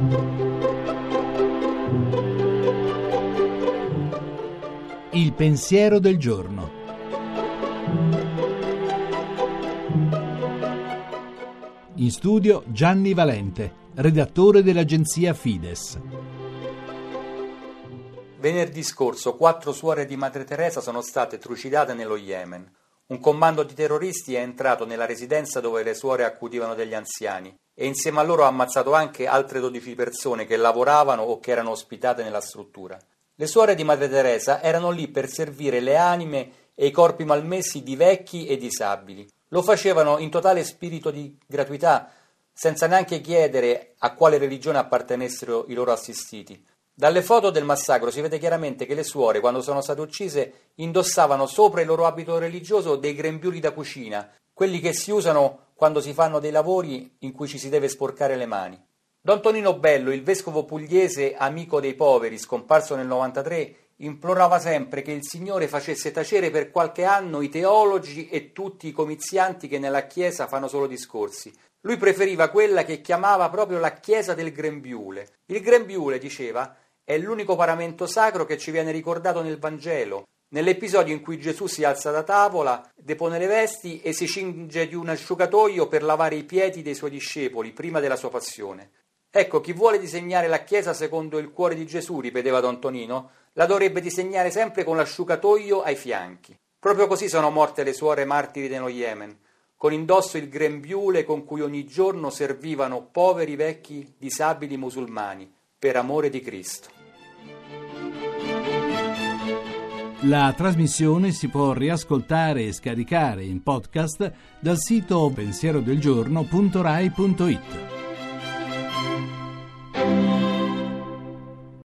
Il pensiero del giorno. In studio Gianni Valente, redattore dell'agenzia Fides. Venerdì scorso 4 suore di Madre Teresa sono state trucidate nello Yemen. Un comando di terroristi è entrato nella residenza dove le suore accudivano degli anziani e insieme a loro ha ammazzato anche altre 12 persone che lavoravano o che erano ospitate nella struttura. Le suore di Madre Teresa erano lì per servire le anime e i corpi malmessi di vecchi e disabili. Lo facevano in totale spirito di gratuità, senza neanche chiedere a quale religione appartenessero i loro assistiti. Dalle foto del massacro si vede chiaramente che le suore, quando sono state uccise, indossavano sopra il loro abito religioso dei grembiuli da cucina, quelli che si usano quando si fanno dei lavori in cui ci si deve sporcare le mani. Don Tonino Bello, il vescovo pugliese amico dei poveri, scomparso nel 93, implorava sempre che il Signore facesse tacere per qualche anno i teologi e tutti i comizianti che nella Chiesa fanno solo discorsi. Lui preferiva quella che chiamava proprio la Chiesa del grembiule. Il grembiule, diceva, è l'unico paramento sacro che ci viene ricordato nel Vangelo, nell'episodio in cui Gesù si alza da tavola, depone le vesti e si cinge di un asciugatoio per lavare i piedi dei suoi discepoli prima della sua passione. Ecco, chi vuole disegnare la Chiesa secondo il cuore di Gesù, ripeteva Don Tonino, la dovrebbe disegnare sempre con l'asciugatoio ai fianchi. Proprio così sono morte le suore martiri dello Yemen, con indosso il grembiule con cui ogni giorno servivano poveri vecchi disabili musulmani, per amore di Cristo. La trasmissione si può riascoltare e scaricare in podcast dal sito pensierodelgiorno.rai.it.